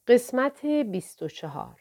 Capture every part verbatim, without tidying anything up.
قسمت بیست و چهار.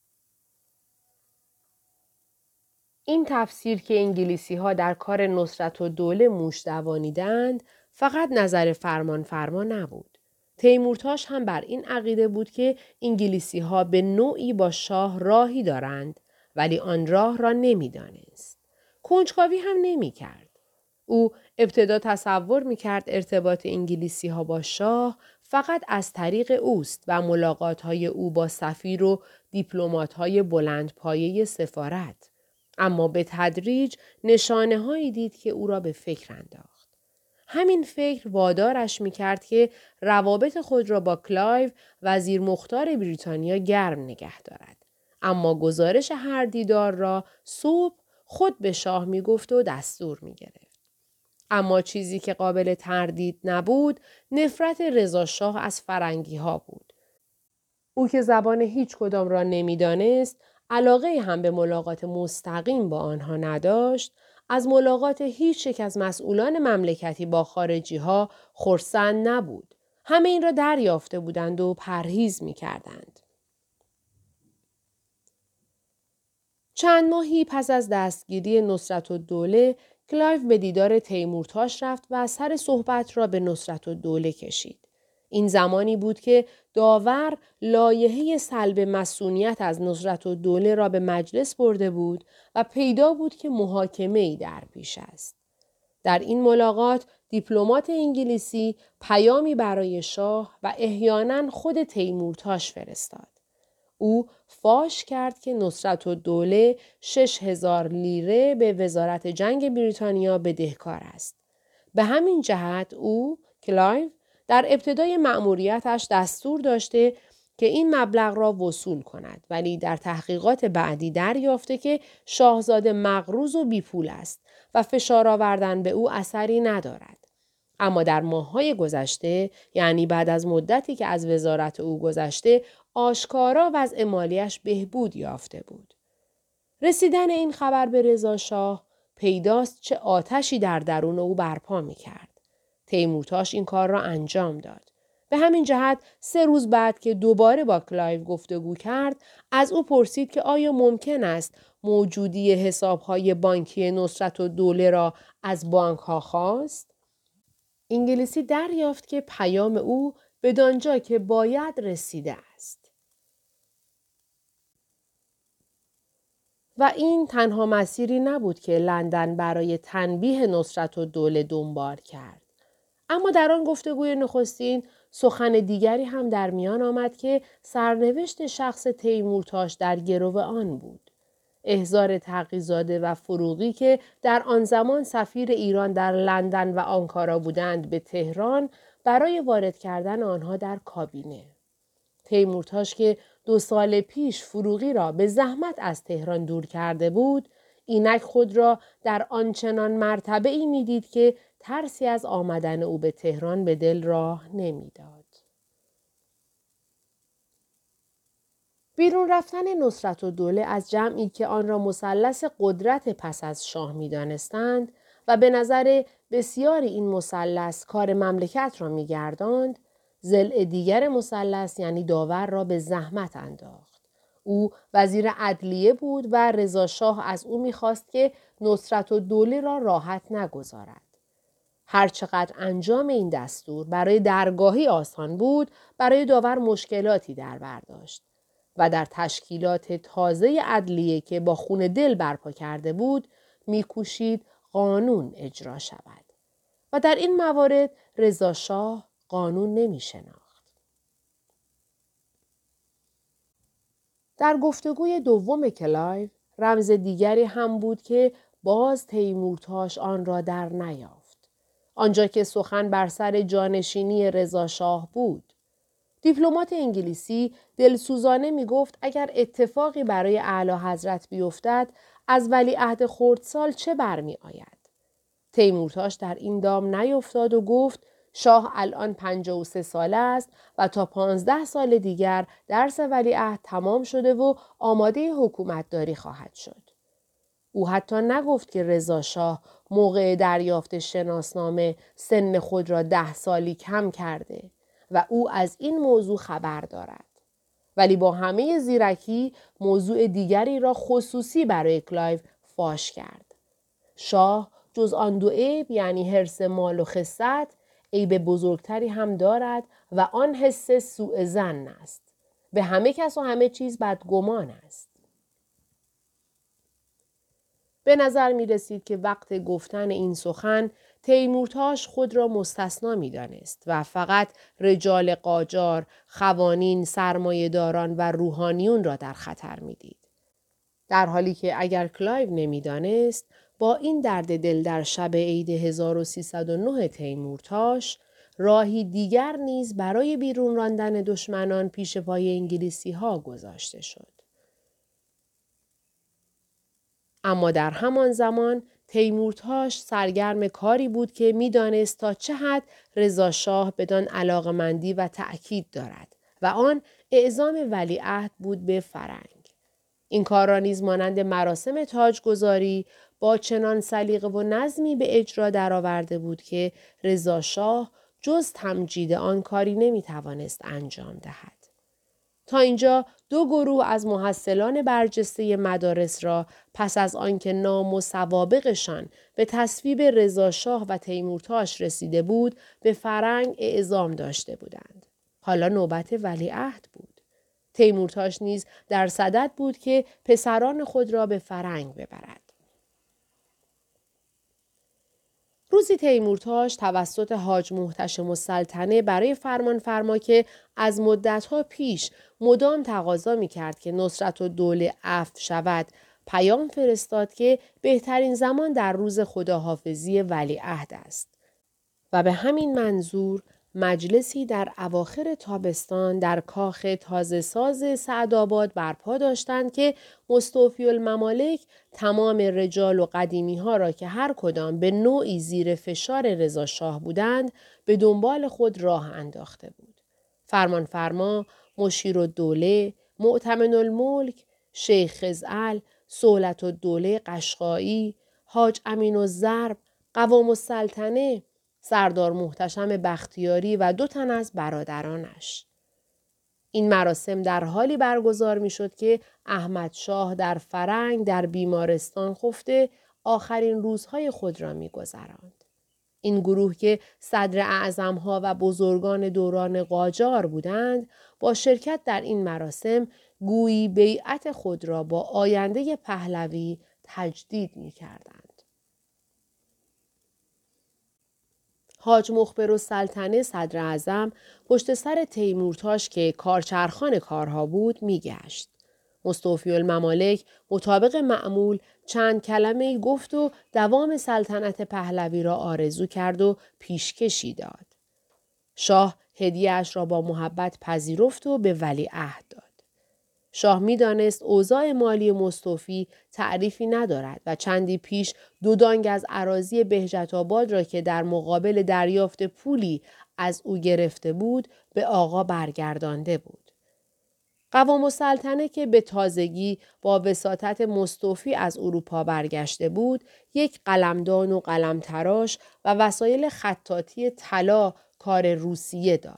این تفسیر که انگلیسی ها در کار نصرت و دوله موش دوانیدند فقط نظر فرمان فرما نبود. تیمورتاش هم بر این عقیده بود که انگلیسی ها به نوعی با شاه راهی دارند ولی آن راه را نمی دانست. کنجکاوی هم نمی کرد. او ابتدا تصور می کرد ارتباط انگلیسی ها با شاه فقط از طریق اوست و ملاقات های او با سفیر و دیپلمات های بلند پایه سفارت. اما به تدریج نشانه هایی دید که او را به فکر انداخت. همین فکر وادارش می کرد که روابط خود را با کلایو وزیر مختار بریتانیا گرم نگه دارد. اما گزارش هر دیدار را صبح خود به شاه می گفت و دستور می گرفت. اما چیزی که قابل تردید نبود نفرت رضا شاه از فرنگی ها بود. او که زبان هیچ کدام را نمی دانست، علاقه هم به ملاقات مستقیم با آنها نداشت، از ملاقات هیچ یک از مسئولان مملکتی با خارجی ها خرسند نبود. همه این را دریافته بودند و پرهیز می کردند. چند ماهی پس از دستگیری نصرت الدوله، کلایو به دیدار تیمورتاش رفت و سر صحبت را به نصرت الدوله کشید. این زمانی بود که داور لایحه سلب مصونیت از نصرت الدوله را به مجلس برده بود و پیدا بود که محاکمه‌ای در پیش است. در این ملاقات دیپلمات انگلیسی پیامی برای شاه و احیانا خود تیمورتاش فرستاد. او فاش کرد که نصرت الدوله شش هزار لیره به وزارت جنگ بریتانیا بدهکار است. به همین جهت او، کلایو، در ابتدای مأموریتش دستور داشته که این مبلغ را وصول کند، ولی در تحقیقات بعدی دریافته که شاهزاده مقروض و بیپول است و فشار آوردن به او اثری ندارد. اما در ماه‌های گذشته، یعنی بعد از مدتی که از وزارت او گذشته، آشکارا وضع مالیش بهبود یافته بود. رسیدن این خبر به رضا شاه پیداست چه آتشی در درون او برپا می کرد. تیمورتاش این کار را انجام داد. به همین جهت سه روز بعد که دوباره با کلایو گفتگو کرد، از او پرسید که آیا ممکن است موجودی حسابهای بانکی نصرت الدوله را از بانک ها خواست؟ انگلیسی دریافت که پیام او بدانجا که باید رسیده است. و این تنها مسیری نبود که لندن برای تنبیه نصرت الدوله دنبال کرد. اما در آن گفتگوی نخستین سخن دیگری هم در میان آمد که سرنوشت شخص تیمورتاش در گرو آن بود. احضار تقی‌زاده و فروغی که در آن زمان سفیر ایران در لندن و آنکارا بودند به تهران برای وارد کردن آنها در کابینه. تیمورتاش که دو سال پیش فروغی را به زحمت از تهران دور کرده بود، اینک خود را در آنچنان مرتبه‌ای می‌دید که ترسی از آمدن او به تهران به دل راه نمی‌داد. بیرون رفتن نصرت الدوله از جمعی که آن را مثلث قدرت پس از شاه می‌دانستند و به نظر بسیاری این مثلث کار مملکت را می‌گرداند، ضلع دیگر مثلث یعنی داور را به زحمت انداخت. او وزیر عدلیه بود و رضا شاه از او می‌خواست که نصرت الدوله را راحت نگذارد. هرچقدر انجام این دستور برای درگاهی آسان بود، برای داور مشکلاتی در برداشت و در تشکیلات تازه عدلیه که با خون دل برپا کرده بود، می‌کوشید قانون اجرا شود. و در این موارد رضا شاه قانون نمی‌شناخت. در گفتگوی دوم کلایو، رمز دیگری هم بود که باز تیمورتاش آن را در نیافت. آنجا که سخن بر سر جانشینی رضا شاه بود. دیپلمات انگلیسی دلسوزانه می گفت اگر اتفاقی برای اعلی حضرت بیفتد از ولیعهد خردسال چه برمی آید؟ تیمورتاش در این دام نیفتاد و گفت شاه الان پنجاه و سه ساله است و تا پانزده سال دیگر درس ولیعهد تمام شده و آماده حکومت داری خواهد شد. او حتی نگفت که رضا شاه موقع دریافت شناسنامه سن خود را ده سالی کم کرده و او از این موضوع خبر دارد. ولی با همه زیرکی موضوع دیگری را خصوصی برای کلایو فاش کرد. شاه جز آن دو عیب یعنی حرص مال و خست، عیب بزرگتری هم دارد و آن حس سوء ظن است. به همه کس و همه چیز بدگمان است. به نظر می رسید که وقت گفتن این سخن تیمورتاش خود را مستثنا می دانست و فقط رجال قاجار، خوانین، سرمایه‌داران و روحانیون را در خطر می دید. در حالی که اگر کلایو نمی دانست با این درد دل در شب عید هزار و سیصد و نه تیمورتاش راهی دیگر نیز برای بیرون راندن دشمنان پیش پای انگلیسی ها گذاشته شد. اما در همان زمان تیمورتاش سرگرم کاری بود که میدانست تا چه حد رضا شاه بدان علاقمندی و تأکید دارد و آن اعزام ولیعهد بود به فرنگ. این کار را نیز مانند مراسم تاجگذاری با چنان سلیقه و نظمی به اجرا درآورده بود که رضا شاه جز تمجید آن کاری نمیتوانست انجام دهد. تا اینجا دو گروه از محصلان برجسته مدارس را پس از آنکه نام و سوابقشان به تصویب رضا شاه و تیمورتاش رسیده بود به فرنگ اعزام داشته بودند. حالا نوبت ولیعهد بود. تیمورتاش نیز در صدد بود که پسران خود را به فرنگ ببرد. روزی تیمورتاش توسط حاج محتشم السلطنه برای فرمان فرما که از مدتها پیش مدام تقاضا می کرد که نصرتالدوله عفو شود پیام فرستاد که بهترین زمان در روز خداحافظی ولیعهد است و به همین منظور مجلسی در اواخر تابستان در کاخ تازه ساز سعدآباد برپا داشتند که مستوفی الممالک تمام رجال و قدیمی ها را که هر کدام به نوعی زیر فشار رضا شاه بودند به دنبال خود راه انداخته بود. فرمان فرما، مشیرالدوله، مؤتمن الملک، شیخ خزعل، صولت الدوله قشقایی، حاج امین الضرب، قوام السلطنه، سردار محتشم بختیاری و دو تن از برادرانش. این مراسم در حالی برگزار می شد که احمد شاه در فرنگ در بیمارستان خفته آخرین روزهای خود را می گذراند. این گروه که صدر اعظمها و بزرگان دوران قاجار بودند با شرکت در این مراسم گویی بیعت خود را با آینده پهلوی تجدید می کردند. حاج مخبرالسلطنه صدر اعظم پشت سر تیمورتاش که کارچرخان کارها بود میگشت. مستوفی الممالک مطابق معمول چند کلمه گفت و دوام سلطنت پهلوی را آرزو کرد و پیشکشی داد. شاه هدیه‌اش را با محبت پذیرفت و به ولیعهد داد. شاه می دانست اوضاع مالی مستوفی تعریفی ندارد و چندی پیش دو دانگ از اراضی بهجت آباد را که در مقابل دریافت پولی از او گرفته بود به آقا برگردانده بود. قوام السلطنه که به تازگی با وساطت مستوفی از اروپا برگشته بود، یک قلمدان و قلمتراش و وسایل خطاطی طلا کار روسیه داد.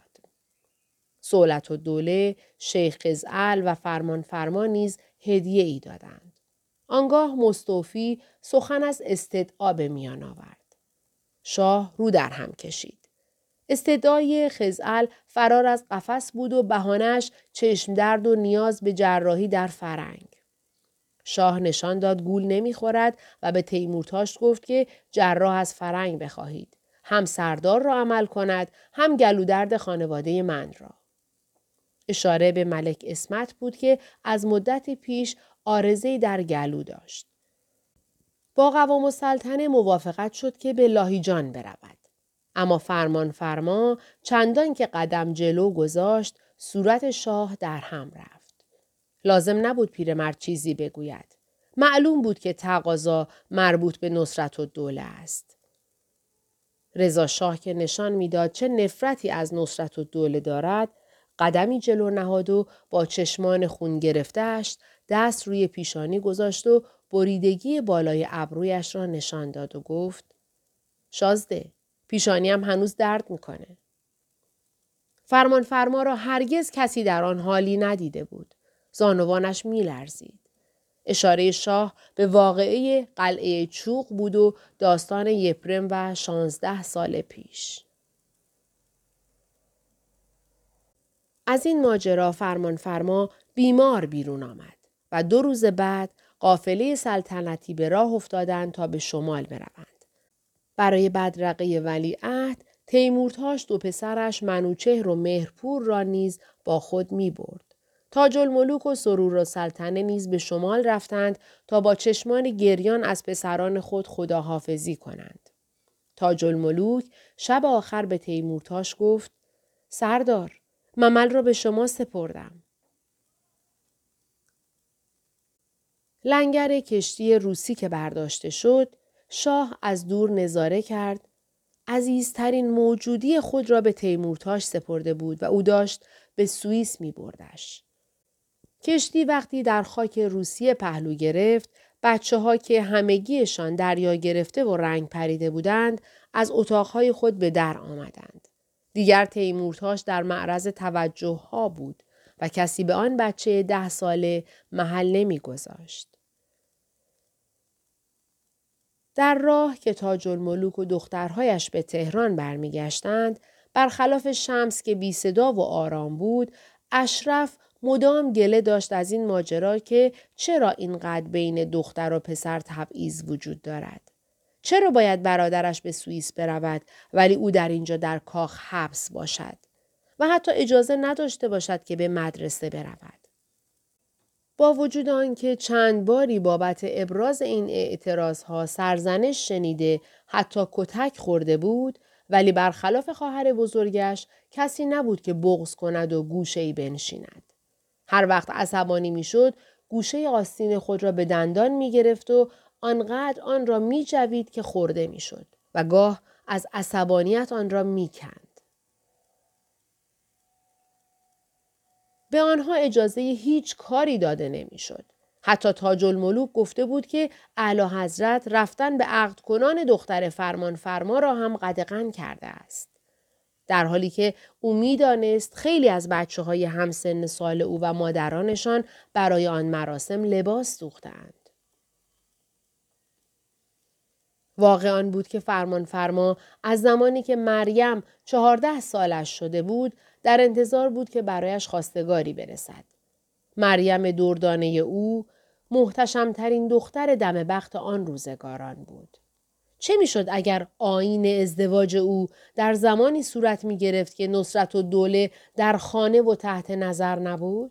صولت الدوله، شیخ خزعل و فرمان فرما نیز هدیه ای دادند. آنگاه مستوفی سخن از استدعا به میان آورد. شاه رو در هم کشید. استدعای خزعل فرار از قفس بود و بهانه‌اش چشم درد و نیاز به جراحی در فرنگ. شاه نشان داد گول نمیخورد و به تیمورتاش گفت که جراح از فرنگ بخواهید. هم سردار را عمل کند، هم گلودرد خانواده من را. اشاره به ملک اسمت بود که از مدتی پیش عارضه‌ای در گلو داشت. با قوام السلطنه موافقت شد که به لاهیجان برود. اما فرمان فرما چندان که قدم جلو گذاشت صورت شاه در هم رفت. لازم نبود پیرمرد چیزی بگوید. معلوم بود که تقاضا مربوط به نصرتالدوله است. رضا شاه که نشان میداد چه نفرتی از نصرتالدوله دارد، قدمی جلو نهاد و با چشمان خون گرفته‌اش دست روی پیشانی گذاشت و بریدگی بالای ابرویش را نشان داد و گفت: شازده، پیشانیم هنوز درد میکنه. فرمانفرما را هرگز کسی در آن حالی ندیده بود. زانوانش می‌لرزید. اشاره شاه به واقعه قلعه چوق بود و داستان یپرم و شانزده سال پیش. از این ماجرا فرمانفرما بیمار بیرون آمد و دو روز بعد قافله سلطنتی به راه افتادند تا به شمال بروند. برای بدرقه ولیعهد تیمورتاش دو پسرش منوچهر و مهرپور را نیز با خود می برد. تاج الملوک و سرور السلطنه نیز به شمال رفتند تا با چشمان گریان از پسران خود خداحافظی کنند. تاج الملوک شب آخر به تیمورتاش گفت: سردار، ممل را به شما سپردم. لنگر کشتی روسی که برداشته شد، شاه از دور نظاره کرد. عزیزترین موجودی خود را به تیمورتاش سپرده بود و او داشت به سوئیس می بردش. کشتی وقتی در خاک روسیه پهلو گرفت، بچه ها که همگیشان دریا گرفته و رنگ پریده بودند، از اتاقهای خود به در آمدند. دیگر تیمورتاش در معرض توجه ها بود و کسی به آن بچه ده ساله محل نمی گذاشت. در راه که تاج الملوک و دخترهایش به تهران برمیگشتند، برخلاف شمس که بی صدا و آرام بود، اشرف مدام گله داشت از این ماجرا که چرا اینقدر بین دختر و پسر تبعیض وجود دارد. چرا باید برادرش به سوئیس برود ولی او در اینجا در کاخ حبس باشد و حتی اجازه نداشته باشد که به مدرسه برود. با وجود آنکه چند باری بابت ابراز این اعتراضها سرزنش شنیده حتی کتک خورده بود، ولی برخلاف خواهر بزرگش کسی نبود که بغض کند و گوشه‌ای بنشیند. هر وقت عصبانی میشد، گوشه آستین خود را به دندان می گرفت و آنقدر آن را می جوید که خورده می شد و گاه از عصبانیت آن را می کند. به آنها اجازه هیچ کاری داده نمی شد. حتی تاج الملوک گفته بود که اعلی حضرت رفتن به عقد کنان دختر فرمان فرما را هم قدغن کرده است. در حالی که او می‌دانست خیلی از بچه های همسن سال او و مادرانشان برای آن مراسم لباس دوختند. واقع آن بود که فرمان فرما از زمانی که مریم چهارده سالش شده بود در انتظار بود که برایش خواستگاری برسد. مریم دردانه او محتشمترین دختر دم بخت آن روزگاران بود. چه میشد اگر آیین ازدواج او در زمانی صورت می گرفت که نصرت الدوله در خانه و تحت نظر نبود؟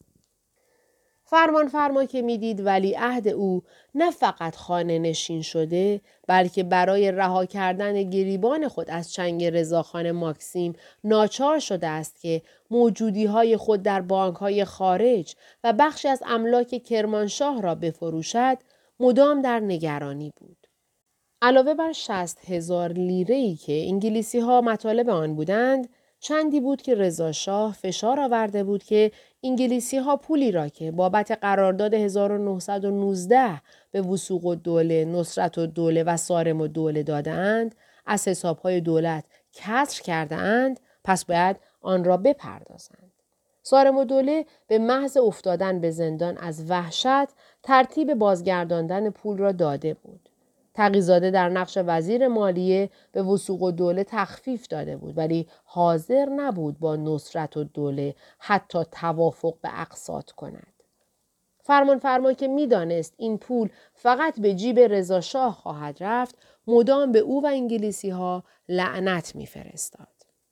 فرمان فرما که می دید ولیعهد او نه فقط خانه نشین شده بلکه برای رها کردن گریبان خود از چنگ رضاخان ماکسیم ناچار شده است که موجودی های خود در بانک های خارج و بخشی از املاک کرمانشاه را بفروشد، مدام در نگرانی بود. علاوه بر شصت هزار لیره‌ای که انگلیسی ها مطالب آن بودند، چندی بود که رضا شاه فشار آورده بود که انگلیسی ها پولی را که بابت قرارداد هزار و نهصد و نوزده به وثوق الدوله، نصرت الدوله و صارم الدوله داده‌اند، از حسابهای دولت کسر کرده اند، پس باید آن را بپردازند. صارم الدوله به محض افتادن به زندان از وحشت ترتیب بازگرداندن پول را داده بود. تقی‌زاده در نقش وزیر مالیه به وثوق الدوله تخفیف داده بود ولی حاضر نبود با نصرت الدوله حتی توافق به اقساط کند. فرمان فرما که می دانست این پول فقط به جیب رضا شاه خواهد رفت، مدام به او و انگلیسی ها لعنت می فرستاد.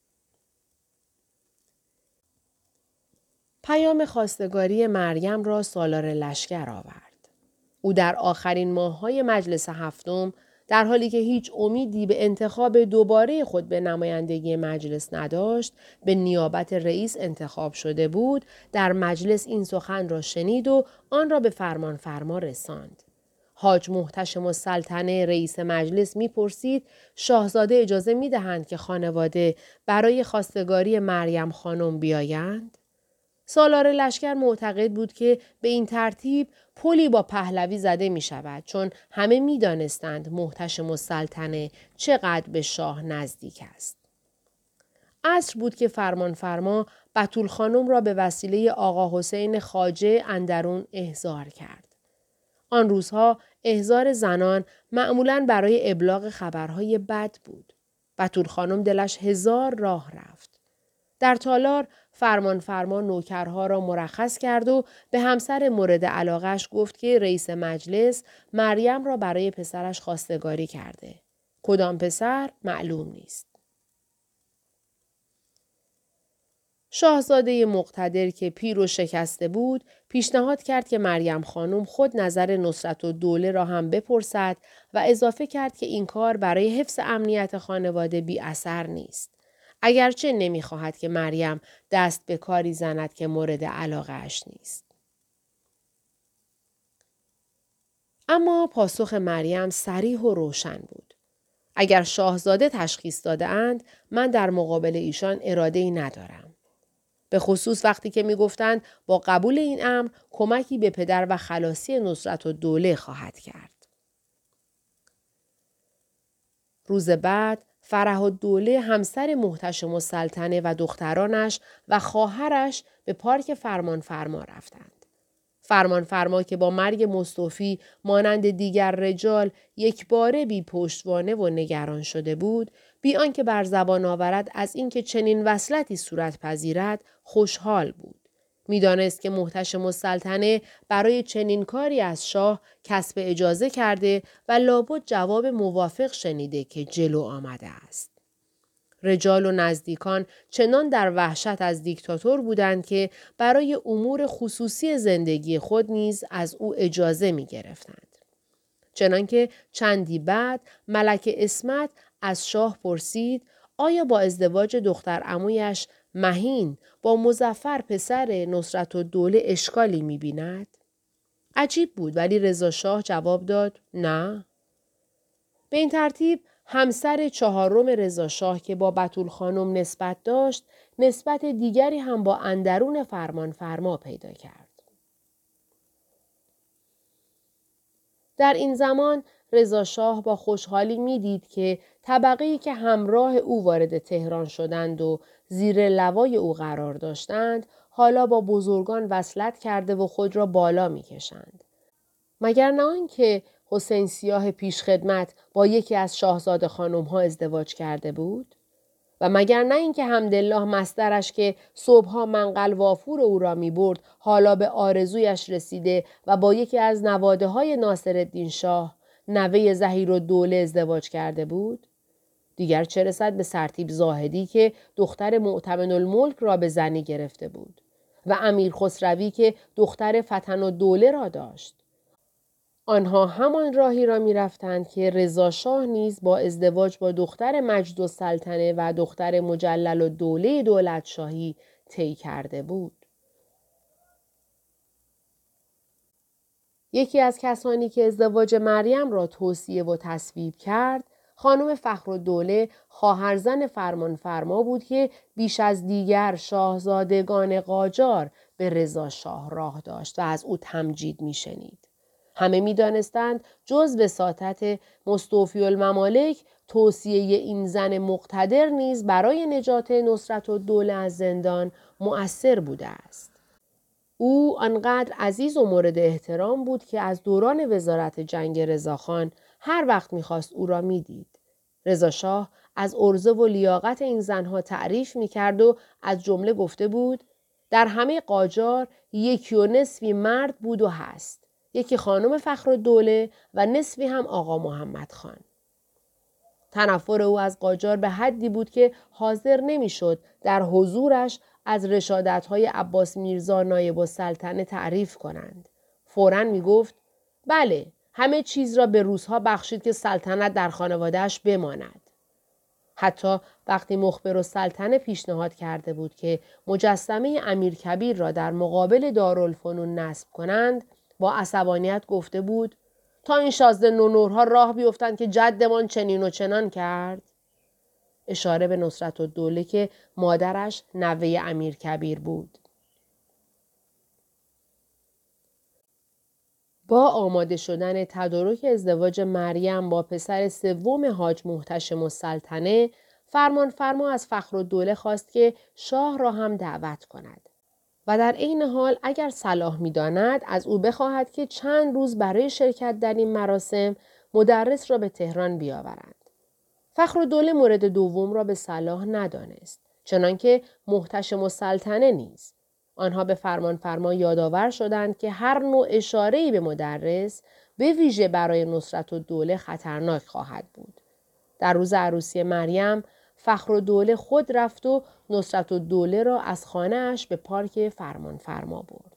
پیام خواستگاری مریم را سالار لشکر آورد. او در آخرین ماه‌های مجلس هفتم، در حالی که هیچ امیدی به انتخاب دوباره خود به نمایندگی مجلس نداشت، به نیابت رئیس انتخاب شده بود، در مجلس این سخن را شنید و آن را به فرمان فرما رساند. حاج محتشم السلطنه رئیس مجلس می‌پرسید شاهزاده اجازه می‌دهند که خانواده برای خواستگاری مریم خانم بیایند؟ سالار لشکر معتقد بود که به این ترتیب پلی با پهلوی زده می شود چون همه می دانستند محتشم السلطنه چقدر به شاه نزدیک است. عصر بود که فرمان فرما بتول خانم را به وسیله آقا حسین خواجه اندرون احضار کرد. آن روزها احضار زنان معمولاً برای ابلاغ خبرهای بد بود. بتول خانم دلش هزار راه رفت. در تالار فرمان فرما نوکرها را مرخص کرد و به همسر مورد علاقش گفت که رئیس مجلس مریم را برای پسرش خواستگاری کرده. کدام پسر معلوم نیست. شاهزاده مقتدر که پیر و شکسته بود پیشنهاد کرد که مریم خانم خود نظر نصرتالدوله را هم بپرسد و اضافه کرد که این کار برای حفظ امنیت خانواده بی اثر نیست. اگرچه نمی‌خواهد که مریم دست به کاری زند که مورد علاقه اش نیست. اما پاسخ مریم صریح و روشن بود. اگر شاهزاده تشخیص داده اند من در مقابل ایشان اراده‌ای ندارم. به خصوص وقتی که می گفتند با قبول این امر کمکی به پدر و خلاصی نصرتالدوله خواهد کرد. روز بعد فرح‌الدوله همسر محتشم السلطنه و دخترانش و خواهرش به پارک فرمان فرما رفتند. فرمان فرما که با مرگ مستوفی مانند دیگر رجال یک باره بی پشتوانه و نگران شده بود، بی آنکه بر زبان آورد از اینکه چنین وصلتی صورت پذیرد خوشحال بود. میدانست که محتشم السلطنه برای چنین کاری از شاه کسب اجازه کرده و لابد جواب موافق شنیده که جلو آمده است. رجال و نزدیکان چنان در وحشت از دیکتاتور بودند که برای امور خصوصی زندگی خود نیز از او اجازه می گرفتند. چنانکه چندی بعد ملک عصمت از شاه پرسید آیا با ازدواج دختر عمویش مهین با مظفر پسر نصرتالدوله اشکالی می بیند؟ عجیب بود ولی رضا شاه جواب داد نه. به این ترتیب همسر چهارم رضا شاه که با بتول خانم نسبت داشت، نسبت دیگری هم با اندرون فرمان فرما پیدا کرد. در این زمان رضا شاه با خوشحالی می دید که طبقه‌ای که همراه او وارد تهران شدند و زیر لوای او قرار داشتند، حالا با بزرگان وصلت کرده و خود را بالا می کشند. مگر نه آنکه حسین سیاه پیشخدمت با یکی از شاهزاده خانم‌ها ازدواج کرده بود؟ و مگر نه اینکه حمدالله مصدرش که صبحها منقل وافور او را می برد حالا به آرزویش رسیده و با یکی از نواده‌های ناصرالدین شاه نوه ظهیرالدوله ازدواج کرده بود؟ دیگر چه رسد به سرتیپ زاهدی که دختر مؤتمن الملک را به زنی گرفته بود و امیر خسروی که دختر فتن الدوله را داشت. آنها همان راهی را می رفتند که رضا شاه نیز با ازدواج با دختر مجد السلطنه و دختر مجلل الدوله دولت شاهی طی کرده بود. یکی از کسانی که ازدواج مریم را توصیه و تصویب کرد، خانم فخرالدوله خواهرزن فرمان فرما بود که بیش از دیگر شاهزادگان قاجار به رضا شاه راه داشت و از او تمجید می شنید. همه می دانستند جز وساطت مستوفی الممالک توصیه این زن مقتدر نیز برای نجات نصرتالدوله از زندان مؤثر بوده است. او آنقدر عزیز و مورد احترام بود که از دوران وزارت جنگ رضاخان هر وقت می‌خواست او را می‌دید. رضا شاه از عرضه و لیاقت این زنها تعریف می‌کرد و از جمله گفته بود در همه قاجار یکی و نصفی مرد بود و هست. یکی خانم فخرالدوله و نصفی هم آقا محمد خان. تنفر او از قاجار به حدی بود که حاضر نمی‌شد در حضورش از رشادت‌های عباس میرزا نایب السلطنه تعریف کنند. فوراً می‌گفت بله، همه چیز را به روس‌ها بخشید که سلطنت در خانواده‌اش بماند. حتی وقتی مخبرالسلطنه پیشنهاد کرده بود که مجسمه امیرکبیر را در مقابل دارالفنون نصب کنند، با عصبانیت گفته بود تا این شازده نونورها راه بیفتند که جدمان چنین و چنان کرد. اشاره به نصرتالدوله که مادرش نوه امیرکبیر بود. با آماده شدن تدارک ازدواج مریم با پسر سوم حاج محتشم السلطنه، فرمان فرما از فخرالدوله خواست که شاه را هم دعوت کند و در عین حال اگر صلاح می‌داند از او بخواهد که چند روز برای شرکت در این مراسم مدرس را به تهران بیاورند. فخرالدوله مورد دوم را به صلاح ندانست، چنانکه محتشم السلطنه نیز. آنها به فرمان فرما یادآور شدند که هر نوع اشاره‌ای به مدرس به ویژه برای نصرتالدوله خطرناک خواهد بود. در روز عروسی مریم، فخرالدوله خود رفت و نصرتالدوله را از خانه‌اش به پارک فرمان فرما برد.